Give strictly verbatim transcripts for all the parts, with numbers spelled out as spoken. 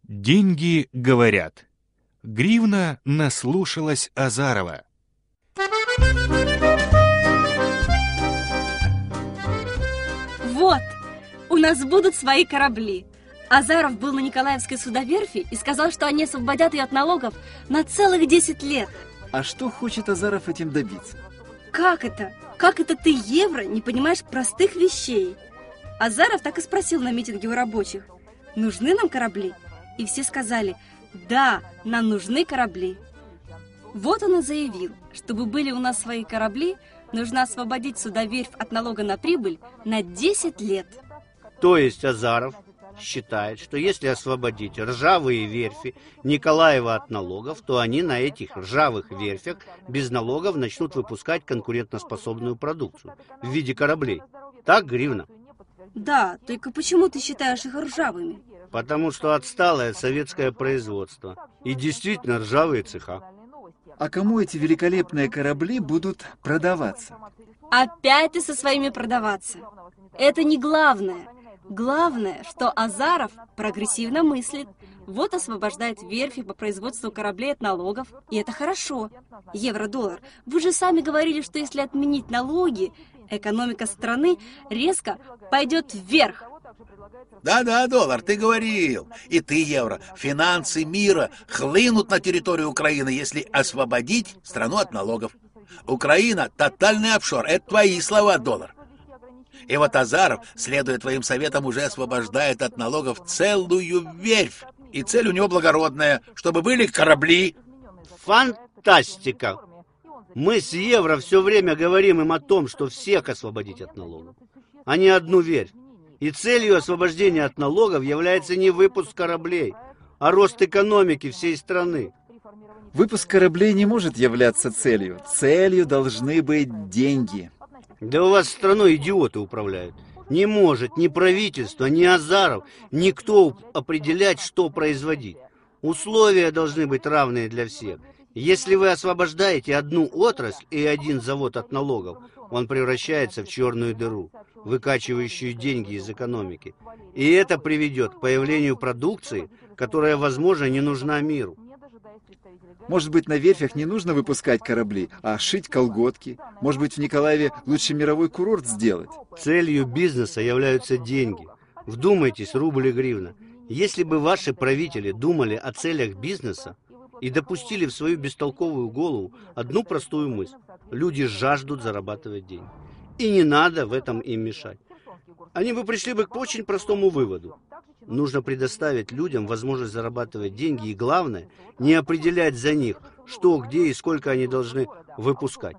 Деньги говорят. Гривна наслушалась Азарова. Вот, у нас будут свои корабли. Азаров был на Николаевской судоверфи и сказал, что они освободят ее от налогов на целых десять лет. А что хочет Азаров этим добиться? Как это? Как это ты, евро, не понимаешь простых вещей? Азаров так и спросил на митинге у рабочих: нужны нам корабли? И все сказали: да, нам нужны корабли. Вот он и заявил: чтобы были у нас свои корабли, нужно освободить судоверфь от налога на прибыль на десять лет. То есть Азаров считает, что если освободить ржавые верфи Николаева от налогов, то они на этих ржавых верфях без налогов начнут выпускать конкурентоспособную продукцию в виде кораблей. Так, Гривна? Да, только почему ты считаешь их ржавыми? Потому что отсталое советское производство и действительно ржавые цеха. А кому эти великолепные корабли будут продаваться? Опять ты со своими продаваться. Это не главное. Главное, что Азаров прогрессивно мыслит. Вот освобождает верфи по производству кораблей от налогов. И это хорошо. Евро-доллар. Вы же сами говорили, что если отменить налоги, экономика страны резко пойдет вверх. Да-да, доллар, ты говорил. И ты, евро. Финансы мира хлынут на территорию Украины, если освободить страну от налогов. Украина — тотальный офшор. Это твои слова, доллар. И вот Азаров, следуя твоим советам, уже освобождает от налогов целую верфь. И цель у него благородная, чтобы были корабли. Фантастика! Мы с евро все время говорим им о том, что всех освободить от налогов, а не одну верфь. И целью освобождения от налогов является не выпуск кораблей, а рост экономики всей страны. Выпуск кораблей не может являться целью. Целью должны быть деньги. Да у вас страной идиоты управляют. Не может ни правительство, ни Азаров, никто определять, что производить. Условия должны быть равные для всех. Если вы освобождаете одну отрасль и один завод от налогов, он превращается в черную дыру, выкачивающую деньги из экономики. И это приведет к появлению продукции, которая, возможно, не нужна миру. Может быть, на верфях не нужно выпускать корабли, а шить колготки? Может быть, в Николаеве лучше мировой курорт сделать? Целью бизнеса являются деньги. Вдумайтесь, рубль и гривна. Если бы ваши правители думали о целях бизнеса и допустили в свою бестолковую голову одну простую мысль: люди жаждут зарабатывать деньги, и не надо в этом им мешать, они бы пришли бы к очень простому выводу: нужно предоставить людям возможность зарабатывать деньги, и главное, не определять за них, что, где и сколько они должны выпускать.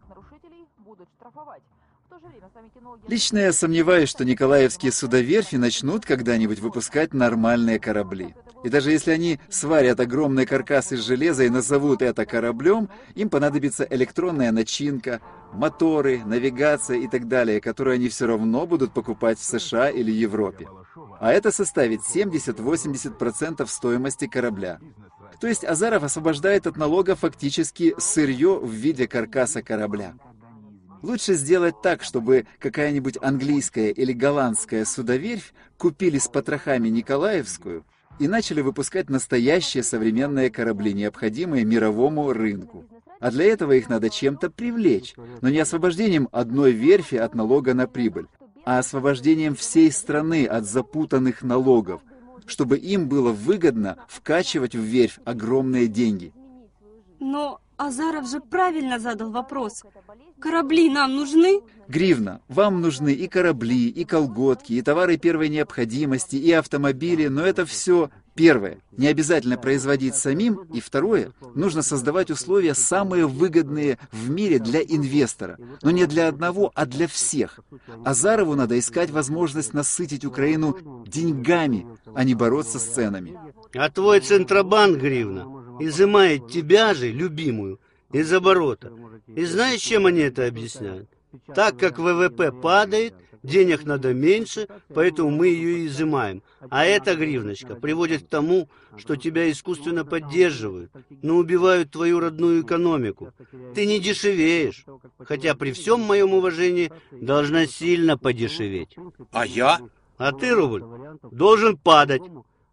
Лично я сомневаюсь, что николаевские судоверфи начнут когда-нибудь выпускать нормальные корабли. И даже если они сварят огромный каркас из железа и назовут это кораблем, им понадобится электронная начинка, моторы, навигация и так далее, которые они все равно будут покупать в США или Европе. А это составит семьдесят-восемьдесят процентов стоимости корабля. То есть Азаров освобождает от налога фактически сырье в виде каркаса корабля. Лучше сделать так, чтобы какая-нибудь английская или голландская судоверфь купили с потрохами Николаевскую и начали выпускать настоящие современные корабли, необходимые мировому рынку. А для этого их надо чем-то привлечь, но не освобождением одной верфи от налога на прибыль, а освобождением всей страны от запутанных налогов, чтобы им было выгодно вкачивать в верфь огромные деньги. Но Азаров же правильно задал вопрос. Корабли нам нужны? Гривна, вам нужны и корабли, и колготки, и товары первой необходимости, и автомобили, но это все первое. Не обязательно производить самим, и второе, нужно создавать условия самые выгодные в мире для инвестора. Но не для одного, а для всех. Азарову надо искать возможность насытить Украину деньгами, а не бороться с ценами. А твой Центробанк, Гривна, изымает тебя же, любимую, из оборота. И знаешь, чем они это объясняют? Так как ВВП падает, денег надо меньше, поэтому мы ее и изымаем. А эта гривночка приводит к тому, что тебя искусственно поддерживают, но убивают твою родную экономику. Ты не дешевеешь, хотя при всем моем уважении должна сильно подешеветь. А я? А ты, рубль, должен падать.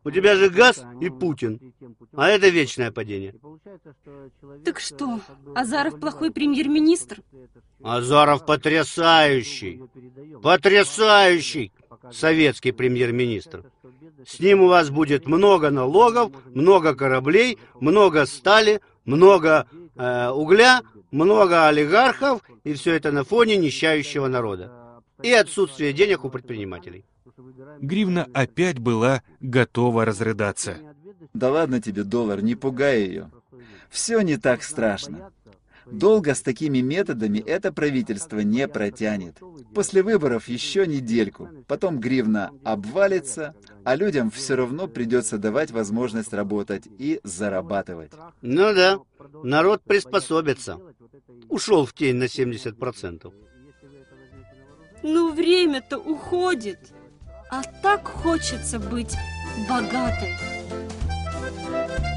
У тебя же газ и Путин, а это вечное падение. Так что, Азаров плохой премьер-министр? Азаров потрясающий, потрясающий советский премьер-министр. С ним у вас будет много налогов, много кораблей, много стали, много э, угля, много олигархов, и все это на фоне нищающего народа. И отсутствие денег у предпринимателей. Гривна опять была готова разрыдаться. Да ладно тебе, доллар, не пугай ее. Все не так страшно. Долго с такими методами это правительство не протянет. После выборов еще недельку, потом гривна обвалится, а людям все равно придется давать возможность работать и зарабатывать. Ну да, народ приспособится. Ушел в тень на семьдесят процентов. Ну, время-то уходит. А так хочется быть богатой.